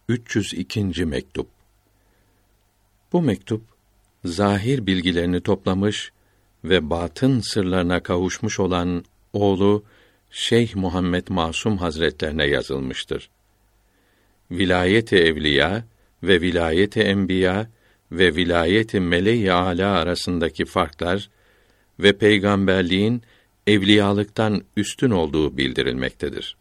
302. mektup. Bu mektup zahir bilgilerini toplamış ve batın sırlarına kavuşmuş olan oğlu Şeyh Muhammed Masum Hazretlerine yazılmıştır. Vilayet-i evliya ve vilayet-i enbiya ve vilayet-i meleği âlâ arasındaki farklar ve peygamberliğin evliyalıktan üstün olduğu bildirilmektedir.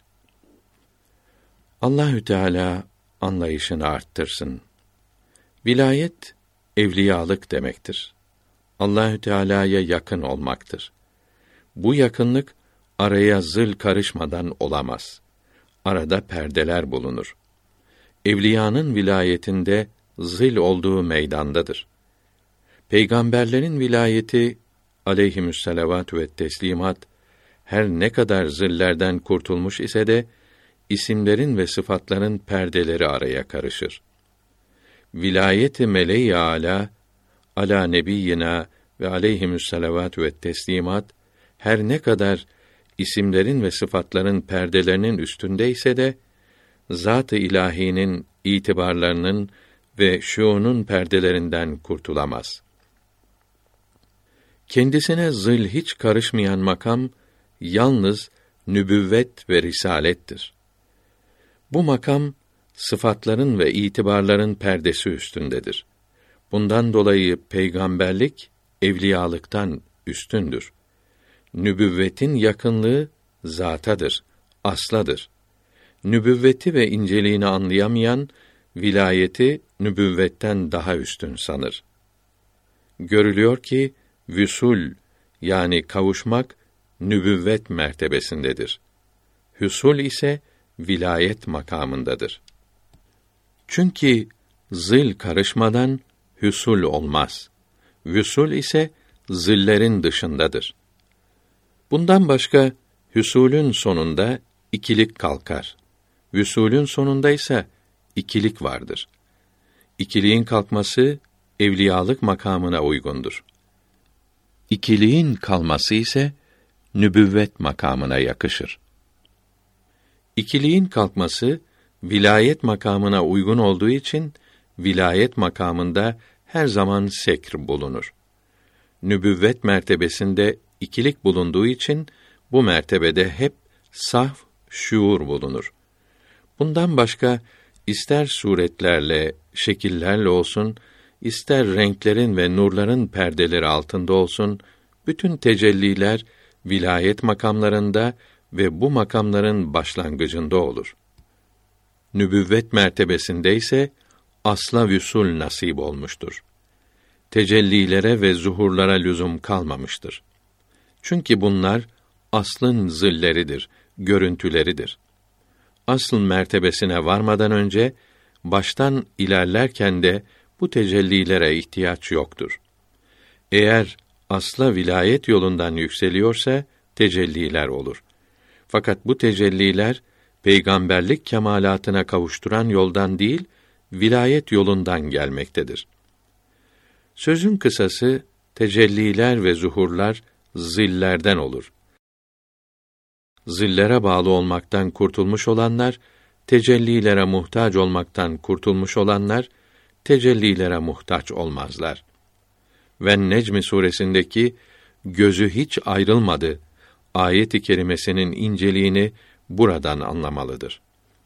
Allahü Teala anlayışını arttırsın. Vilayet evliyalık demektir. Allahü Teala'ya yakın olmaktır. Bu yakınlık araya zıl karışmadan olamaz. Arada perdeler bulunur. Evliyanın vilayetinde zil olduğu meydandadır. Peygamberlerin vilayeti aleyhimüsselavatü ve teslimat her ne kadar zillerden kurtulmuş ise de isimlerin ve sıfatların perdeleri araya karışır. Vilayet-i meleği âlâ alâ nebiyyina ve aleyhimüsselavatü ve teslimat her ne kadar isimlerin ve sıfatların perdelerinin üstündeyse de zat-ı ilâhinin itibarlarının ve şuunun perdelerinden kurtulamaz. Kendisine zıl hiç karışmayan makam yalnız nübüvvet ve risalettir. Bu makam sıfatların ve itibarların perdesi üstündedir. Bundan dolayı peygamberlik evliyalıktan üstündür. Nübüvvetin yakınlığı zatadır, asladır. Nübüvveti ve inceliğini anlayamayan vilayeti nübüvvetten daha üstün sanır. Görülüyor ki vüsul yani kavuşmak nübüvvet mertebesindedir. Hüsul ise vilayet makamındadır. Çünkü zil karışmadan hüsul olmaz. Vüsul ise zillerin dışındadır. Bundan başka hüsulün sonunda ikilik kalkar. Vüsulün sonunda ise ikilik vardır. İkiliğin kalkması evliyalık makamına uygundur. İkiliğin kalması ise nübüvvet makamına yakışır. İkiliğin kalkması vilayet makamına uygun olduğu için vilayet makamında her zaman sekr bulunur. Nübüvvet mertebesinde ikilik bulunduğu için bu mertebede hep sahv şuur bulunur. Bundan başka ister suretlerle, şekillerle olsun, ister renklerin ve nurların perdeleri altında olsun, bütün tecelliler vilayet makamlarında ve bu makamların başlangıcında olur. Nübüvvet mertebesinde ise asla vüsul nasip olmuştur. Tecellilere ve zuhurlara lüzum kalmamıştır. Çünkü bunlar aslın zilleridir, görüntüleridir. Asıl mertebesine varmadan önce, baştan ilerlerken de bu tecellilere ihtiyaç yoktur. Eğer asla vilayet yolundan yükseliyorsa, tecelliler olur. Fakat bu tecelliler, peygamberlik kemalatına kavuşturan yoldan değil, vilayet yolundan gelmektedir. Sözün kısası, tecelliler ve zuhurlar, zillerden olur. Zillere bağlı olmaktan kurtulmuş olanlar, tecellilere muhtaç olmaktan kurtulmuş olanlar, tecellilere muhtaç olmazlar. Ve Necm suresindeki gözü hiç ayrılmadı ayet-i kerimesinin inceliğini buradan anlamalıdır.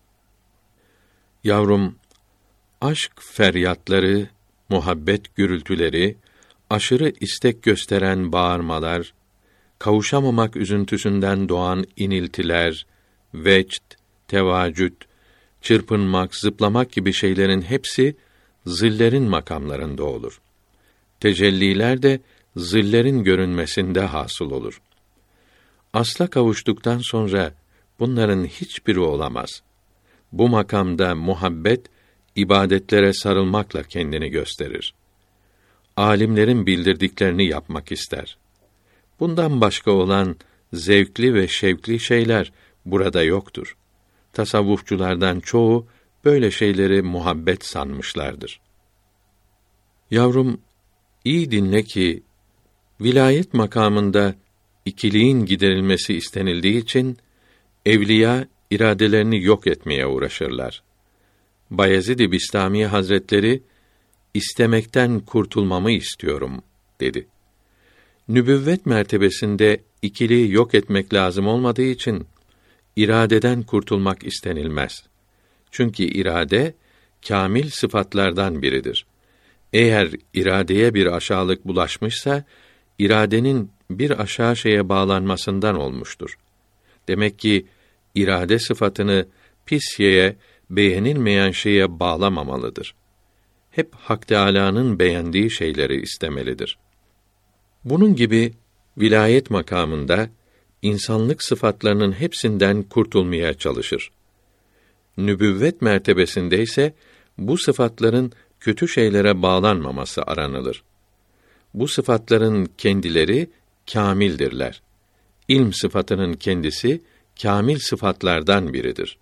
Yavrum, aşk feryatları, muhabbet gürültüleri, aşırı istek gösteren bağırmalar, kavuşamamak üzüntüsünden doğan iniltiler, vecd, tevacüd, çırpınmak, zıplamak gibi şeylerin hepsi zillerin makamlarında olur. Tecelliler de zillerin görünmesinde hasıl olur. Asla kavuştuktan sonra bunların hiçbiri olamaz. Bu makamda muhabbet ibadetlere sarılmakla kendini gösterir. Alimlerin bildirdiklerini yapmak ister. Bundan başka olan zevkli ve şevkli şeyler burada yoktur. Tasavvufçulardan çoğu böyle şeyleri muhabbet sanmışlardır. Yavrum, iyi dinle ki vilayet makamında ikiliğin giderilmesi istenildiği için evliya iradelerini yok etmeye uğraşırlar. Bayezid-i Bistami Hazretleri, istemekten kurtulmamı istiyorum, dedi. Nübüvvet mertebesinde ikiliği yok etmek lazım olmadığı için, iradeden kurtulmak istenilmez. Çünkü irade, kâmil sıfatlardan biridir. Eğer iradeye bir aşağılık bulaşmışsa, iradenin bir aşağı şeye bağlanmasından olmuştur. Demek ki, irade sıfatını pis şeye, beğenilmeyen şeye bağlamamalıdır. Hep Hak Teâlâ'nın beğendiği şeyleri istemelidir. Bunun gibi, vilayet makamında, insanlık sıfatlarının hepsinden kurtulmaya çalışır. Nübüvvet mertebesinde ise, bu sıfatların kötü şeylere bağlanmaması aranılır. Bu sıfatların kendileri kâmildirler. İlm sıfatının kendisi kâmil sıfatlardan biridir.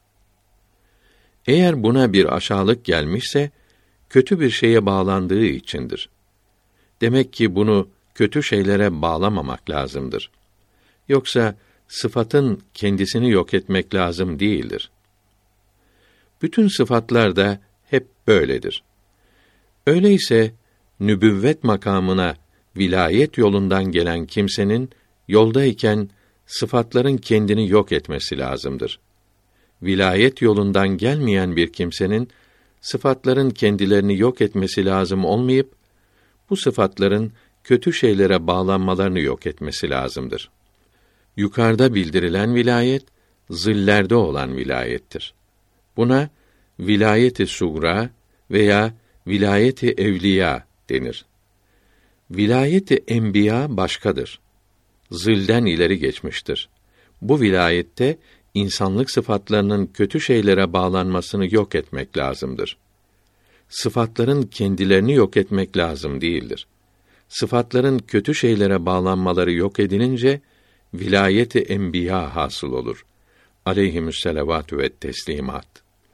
Eğer buna bir aşağılık gelmişse, kötü bir şeye bağlandığı içindir. Demek ki bunu kötü şeylere bağlamamak lazımdır. Yoksa sıfatın kendisini yok etmek lazım değildir. Bütün sıfatlar da hep böyledir. Öyleyse nübüvvet makamına vilayet yolundan gelen kimsenin yoldayken sıfatların kendini yok etmesi lazımdır. Vilayet yolundan gelmeyen bir kimsenin sıfatların kendilerini yok etmesi lazım olmayıp bu sıfatların kötü şeylere bağlanmalarını yok etmesi lazımdır. Yukarıda bildirilen vilayet zillerde olan vilayettir. Buna vilayet-i sugra veya vilayet-i evliya denir. Vilayet-i enbiya başkadır. Zilden ileri geçmiştir. Bu vilayette insanlık sıfatlarının kötü şeylere bağlanmasını yok etmek lazımdır. Sıfatların kendilerini yok etmek lazım değildir. Sıfatların kötü şeylere bağlanmaları yok edilince vilayet-i enbiya hasıl olur. Aleyhimüsselavatü ve teslimat.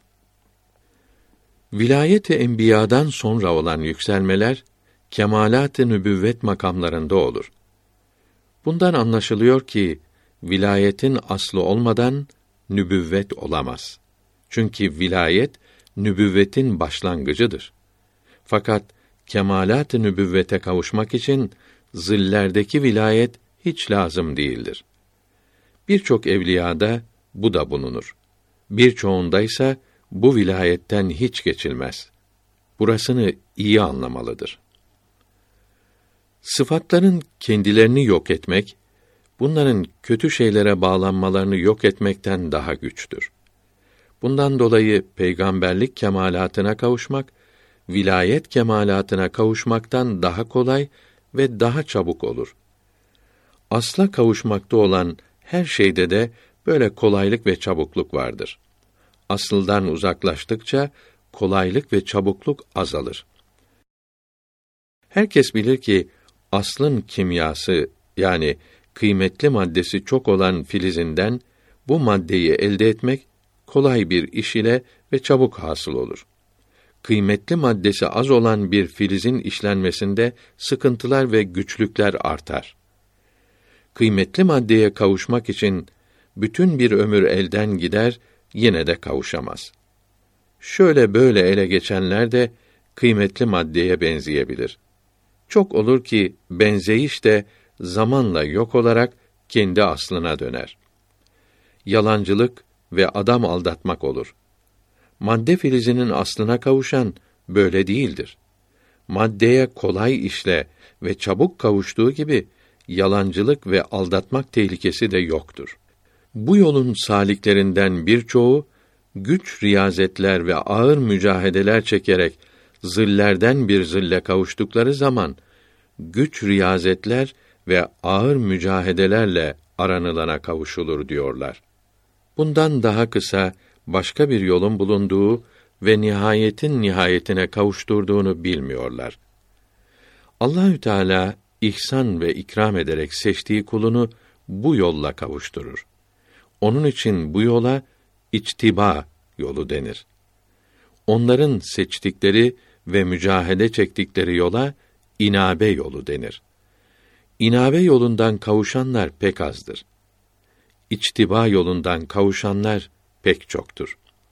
Vilayet-i enbiyadan sonra olan yükselmeler kemalat-ı nübüvvet makamlarında olur. Bundan anlaşılıyor ki vilayetin aslı olmadan nübüvvet olamaz. Çünkü vilayet nübüvvetin başlangıcıdır. Fakat kemalat-ı nübüvvete kavuşmak için zillerdeki vilayet hiç lazım değildir. Birçok evliyada bu da bulunur. Birçoğunda ise bu vilayetten hiç geçilmez. Burasını iyi anlamalıdır. Sıfatların kendilerini yok etmek, bunların kötü şeylere bağlanmalarını yok etmekten daha güçtür. Bundan dolayı peygamberlik kemalatına kavuşmak, vilayet kemalatına kavuşmaktan daha kolay ve daha çabuk olur. Asla kavuşmakta olan her şeyde de böyle kolaylık ve çabukluk vardır. Aslından uzaklaştıkça kolaylık ve çabukluk azalır. Herkes bilir ki aslın kimyası yani kıymetli maddesi çok olan filizinden bu maddeyi elde etmek kolay bir iş ile ve çabuk hasıl olur. Kıymetli maddesi az olan bir filizin işlenmesinde sıkıntılar ve güçlükler artar. Kıymetli maddeye kavuşmak için bütün bir ömür elden gider, yine de kavuşamaz. Şöyle böyle ele geçenler de kıymetli maddeye benzeyebilir. Çok olur ki benzeyiş de zamanla yok olarak kendi aslına döner. Yalancılık ve adam aldatmak olur. Madde filizinin aslına kavuşan böyle değildir. Maddeye kolay işle ve çabuk kavuştuğu gibi yalancılık ve aldatmak tehlikesi de yoktur. Bu yolun saliklerinden birçoğu güç riyazetler ve ağır mücahedeler çekerek zillerden bir zille kavuştukları zaman güç riyazetler ve ağır mücahedelerle aranılana kavuşulur diyorlar. Bundan daha kısa başka bir yolun bulunduğu ve nihayetin nihayetine kavuşturduğunu bilmiyorlar. Allahü Teala ihsan ve ikram ederek seçtiği kulunu bu yolla kavuşturur. Onun için bu yola içtiba yolu denir. Onların seçtikleri ve mücahede çektikleri yola inabe yolu denir. İnabe yolundan kavuşanlar pek azdır. İçtiba yolundan kavuşanlar pek çoktur.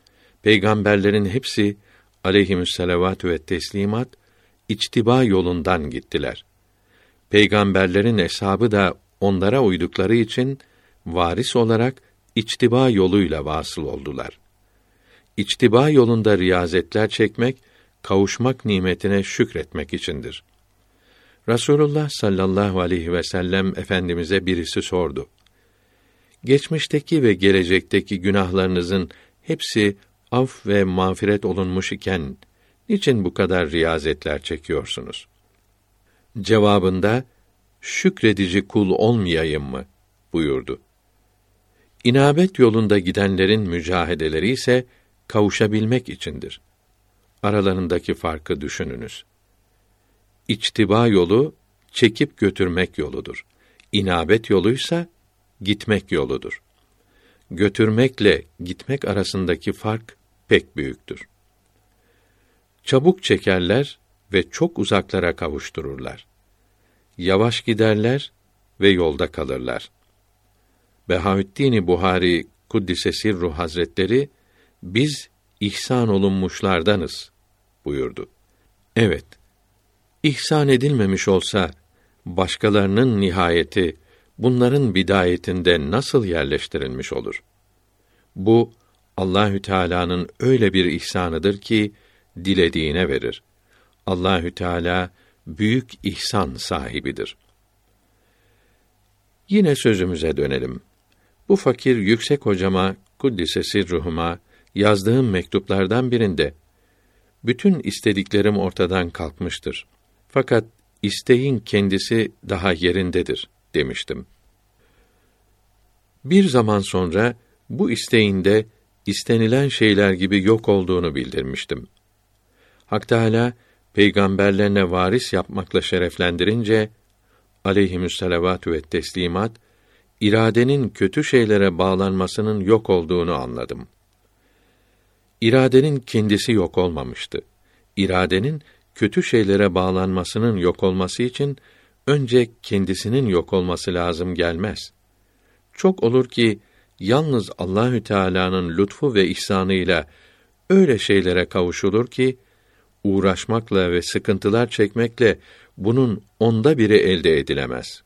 Peygamberlerin hepsi aleyhimüsselavatü ve teslimat içtiba yolundan gittiler. Peygamberlerin eshabı da onlara uydukları için varis olarak içtiba yoluyla vasıl oldular. İçtiba yolunda riyazetler çekmek, kavuşmak nimetine şükretmek içindir. Rasulullah sallallahu aleyhi ve sellem Efendimize birisi sordu. Geçmişteki ve gelecekteki günahlarınızın hepsi af ve mağfiret olunmuş iken, niçin bu kadar riyazetler çekiyorsunuz? Cevabında, şükredici kul olmayayım mı? Buyurdu. İnabet yolunda gidenlerin mücahedeleri ise, kavuşabilmek içindir. Aralarındaki farkı düşününüz. İçtiba yolu, çekip götürmek yoludur. İnabet yoluysa, gitmek yoludur. Götürmekle gitmek arasındaki fark pek büyüktür. Çabuk çekerler ve çok uzaklara kavuştururlar. Yavaş giderler ve yolda kalırlar. Behaüddin Buhari Kuddise Sirruh Hazretleri, biz ihsan olunmuşlardanız buyurdu. Evet, ihsan edilmemiş olsa, başkalarının nihayeti, bunların bidayetinde nasıl yerleştirilmiş olur? Bu, Allahü Teala'nın öyle bir ihsanıdır ki, dilediğine verir. Allahü Teala, büyük ihsan sahibidir. Yine sözümüze dönelim. Bu fakir yüksek hocama, Kuddise Sirruhuma, yazdığım mektuplardan birinde, bütün istediklerim ortadan kalkmıştır. Fakat isteğin kendisi daha yerindedir demiştim. Bir zaman sonra bu isteğinde istenilen şeyler gibi yok olduğunu bildirmiştim. Hak Teâlâ peygamberlerine varis yapmakla şereflendirince aleyhimüsselavatü ve teslimat iradenin kötü şeylere bağlanmasının yok olduğunu anladım. İradenin kendisi yok olmamıştı. İradenin kötü şeylere bağlanmasının yok olması için önce kendisinin yok olması lazım gelmez. Çok olur ki yalnız Allahü Teala'nın lütfu ve ihsanıyla öyle şeylere kavuşulur ki uğraşmakla ve sıkıntılar çekmekle bunun 1/10 elde edilemez.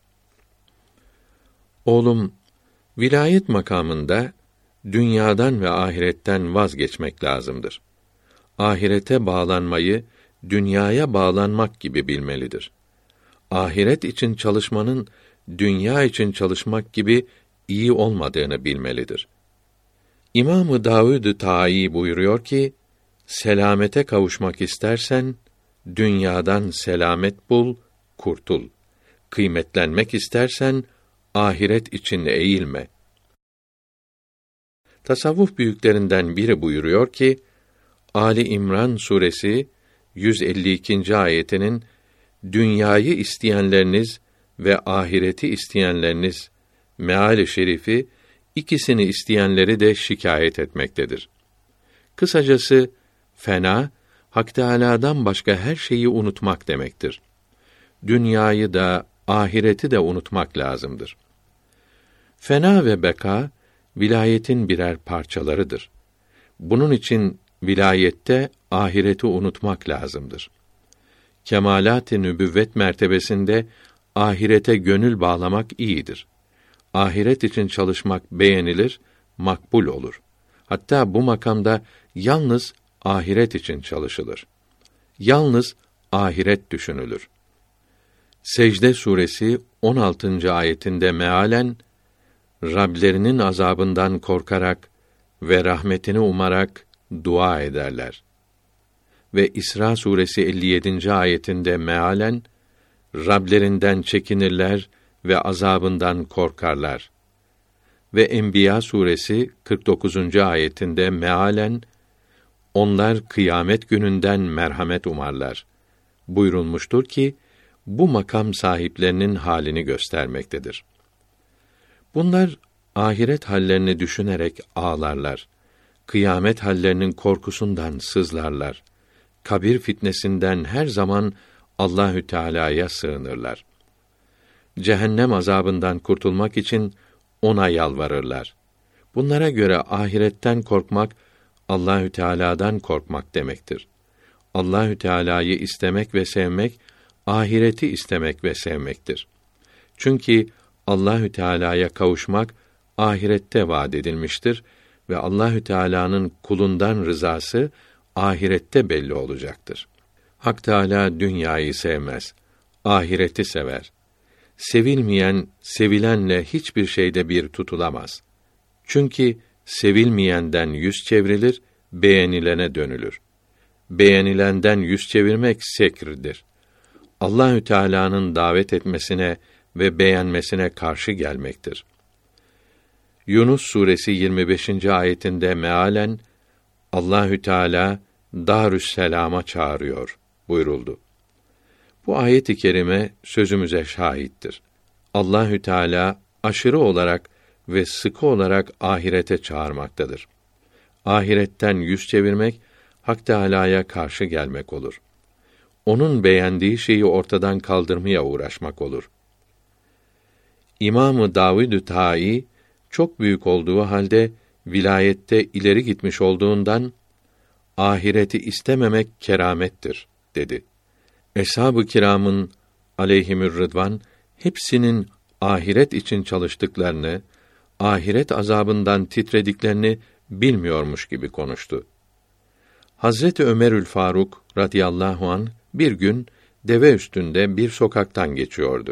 Oğlum, vilayet makamında dünyadan ve ahiretten vazgeçmek lazımdır. Ahirete bağlanmayı dünyaya bağlanmak gibi bilmelidir. Ahiret için çalışmanın dünya için çalışmak gibi iyi olmadığını bilmelidir. İmam-ı Davud-u Taî buyuruyor ki, selamete kavuşmak istersen, dünyadan selamet bul, kurtul. Kıymetlenmek istersen, ahiret için eğilme. Tasavvuf büyüklerinden biri buyuruyor ki, Ali İmran suresi 152. ayetinin dünyayı isteyenleriniz ve ahireti isteyenleriniz meali şerifi ikisini isteyenleri de şikayet etmektedir. Kısacası fena Hak Teâlâ'dan başka her şeyi unutmak demektir. Dünyayı da ahireti de unutmak lazımdır. Fena ve beka vilayetin birer parçalarıdır. Bunun için vilayette ahireti unutmak lazımdır. Kemâlât-ı nübüvvet mertebesinde ahirete gönül bağlamak iyidir. Ahiret için çalışmak beğenilir, makbul olur. Hatta bu makamda yalnız ahiret için çalışılır. Yalnız ahiret düşünülür. Secde suresi 16. ayetinde mealen Rablerinin azabından korkarak ve rahmetini umarak dua ederler. Ve İsra suresi 57. ayetinde mealen Rablerinden çekinirler ve azabından korkarlar. Ve Enbiya suresi 49. ayetinde mealen onlar kıyamet gününden merhamet umarlar buyurulmuştur ki bu makam sahiplerinin halini göstermektedir. Bunlar ahiret hallerini düşünerek ağlarlar. Kıyamet hallerinin korkusundan sızlarlar. Kabir fitnesinden her zaman Allahü Teala'ya sığınırlar. Cehennem azabından kurtulmak için ona yalvarırlar. Bunlara göre ahiretten korkmak Allahü Teala'dan korkmak demektir. Allahü Teala'yı istemek ve sevmek, ahireti istemek ve sevmektir. Çünkü Allahü Teala'ya kavuşmak ahirette vaad edilmiştir ve Allahü Teala'nın kulundan rızası ahirette belli olacaktır. Hak Teâlâ dünyayı sevmez, ahireti sever. Sevilmeyen, sevilenle hiçbir şeyde bir tutulamaz. Çünkü sevilmeyenden yüz çevrilir, beğenilene dönülür. Beğenilenden yüz çevirmek sekirdir. Allahü Teala'nın davet etmesine ve beğenmesine karşı gelmektir. Yunus suresi 25. ayetinde mealen Allahü Teala Darüsselam'a çağırıyor buyuruldu. Bu ayet-i kerime sözümüze şahittir. Allahü Teala aşırı olarak ve sıkı olarak ahirete çağırmaktadır. Ahiretten yüz çevirmek Hak Teâlâ'ya karşı gelmek olur. Onun beğendiği şeyi ortadan kaldırmaya uğraşmak olur. İmam-ı Davud-u Ta'i çok büyük olduğu halde vilayette ileri gitmiş olduğundan ahireti istememek keramettir dedi. Eshab-ı kiramın aleyhimürrıdvan hepsinin ahiret için çalıştıklarını, ahiret azabından titrediklerini bilmiyormuş gibi konuştu. Hazreti Ömerül Faruk radıyallahu an bir gün deve üstünde bir sokaktan geçiyordu.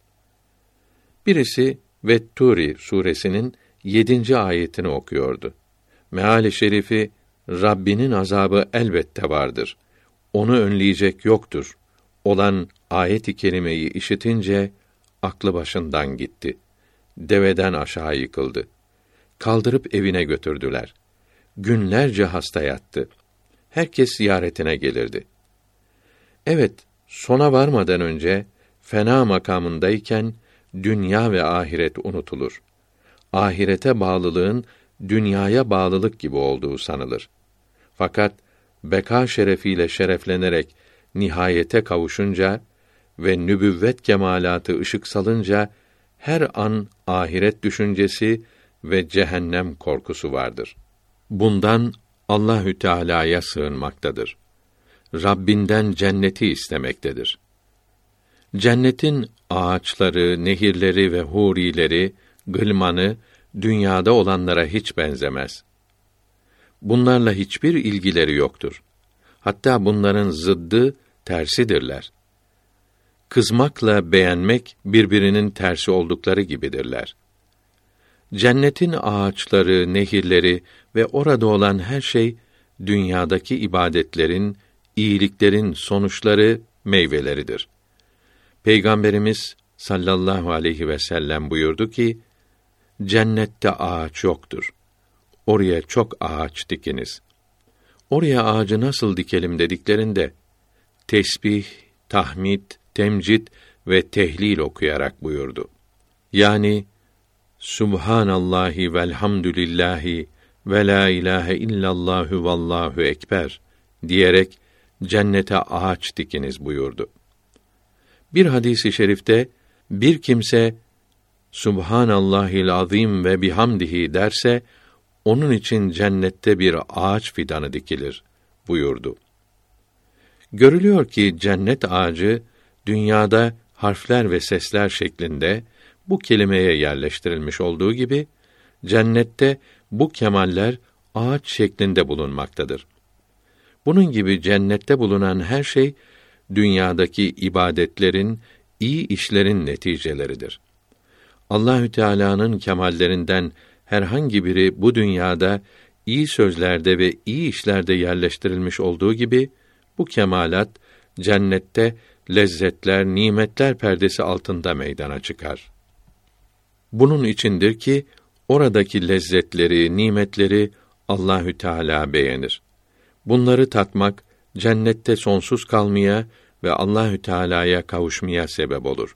Birisi Vetturi suresinin 7. ayetini okuyordu. Meali şerifi Rabbinin azabı elbette vardır. Onu önleyecek yoktur olan ayet-i kerimeyi işitince aklı başından gitti. Deveden aşağı yıkıldı. Kaldırıp evine götürdüler. Günlerce hasta yattı. Herkes ziyaretine gelirdi. Evet, sona varmadan önce fena makamındayken dünya ve ahiret unutulur. Ahirete bağlılığın dünyaya bağlılık gibi olduğu sanılır. Fakat beka şerefiyle şereflenerek nihayete kavuşunca ve nübüvvet kemalatı ışık salınca her an ahiret düşüncesi ve cehennem korkusu vardır. Bundan Allahü Teala'ya sığınmaktadır. Rabbinden cenneti istemektedir. Cennetin ağaçları, nehirleri ve hurileri, gılmanı dünyada olanlara hiç benzemez. Bunlarla hiçbir ilgileri yoktur. Hatta bunların zıddı, tersidirler. Kızmakla beğenmek birbirinin tersi oldukları gibidirler. Cennetin ağaçları, nehirleri ve orada olan her şey dünyadaki ibadetlerin, iyiliklerin sonuçları, meyveleridir. Peygamberimiz sallallahu aleyhi ve sellem buyurdu ki: Cennette ağaç yoktur. Oraya çok ağaç dikiniz. Oraya ağacı nasıl dikelim dediklerinde tesbih, tahmid, temcid ve tehlil okuyarak buyurdu. Yani Subhanallahi velhamdülillahi ve la ilahe illallahu vallahu ekber diyerek cennete ağaç dikiniz buyurdu. Bir hadisi şerifte bir kimse Subhanallahil azim ve bihamdihi derse onun için cennette bir ağaç fidanı dikilir buyurdu. Görülüyor ki cennet ağacı dünyada harfler ve sesler şeklinde bu kelimeye yerleştirilmiş olduğu gibi cennette bu kemaller ağaç şeklinde bulunmaktadır. Bunun gibi cennette bulunan her şey dünyadaki ibadetlerin, iyi işlerin neticeleridir. Allahü Teala'nın kemallerinden herhangi biri bu dünyada iyi sözlerde ve iyi işlerde yerleştirilmiş olduğu gibi bu kemalat cennette lezzetler, nimetler perdesi altında meydana çıkar. Bunun içindir ki oradaki lezzetleri, nimetleri Allahü Teala beğenir. Bunları tatmak cennette sonsuz kalmaya ve Allahü Teala'ya kavuşmaya sebep olur.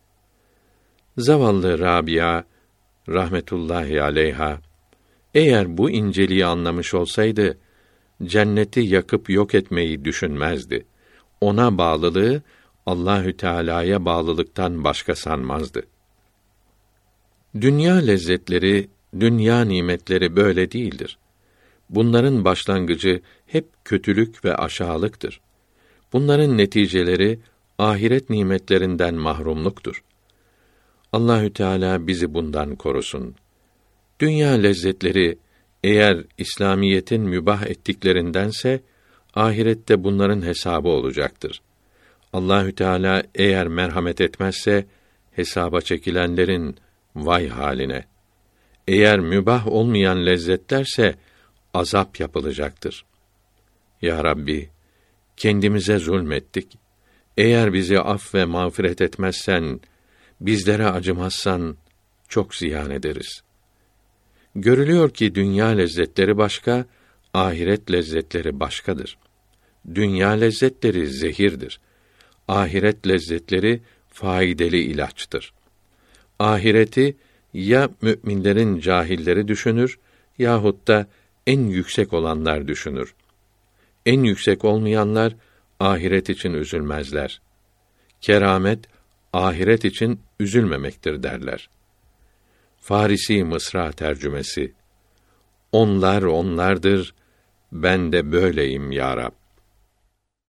Zavallı Rabia rahmetullahi aleyha eğer bu inceliği anlamış olsaydı cenneti yakıp yok etmeyi düşünmezdi. Ona bağlılığı Allahü Teala'ya bağlılıktan başka sanmazdı. Dünya lezzetleri, dünya nimetleri böyle değildir. bunların başlangıcı hep kötülük ve aşağılıktır. Bunların neticeleri ahiret nimetlerinden mahrumluktur. Allahü Teala bizi bundan korusun. Dünya lezzetleri eğer İslamiyetin mübah ettiklerindense ahirette bunların hesabı olacaktır. Allahü Teala eğer merhamet etmezse hesaba çekilenlerin vay haline. Eğer mübah olmayan lezzetlerse azap yapılacaktır. Ya Rabbi, kendimize zulmettik. Eğer bizi aff ve mağfiret etmezsen, bizlere acımazsan çok ziyan ederiz. Görülüyor ki dünya lezzetleri başka, ahiret lezzetleri başkadır. Dünya lezzetleri zehirdir. Ahiret lezzetleri faydalı ilaçtır. Ahireti ya müminlerin cahilleri düşünür yahut da en yüksek olanlar düşünür. En yüksek olmayanlar ahiret için üzülmezler. Keramet ahiret için üzülmemektir derler. Farisi Mısra tercümesi. Onlar onlardır, ben de böyleyim ya Rab.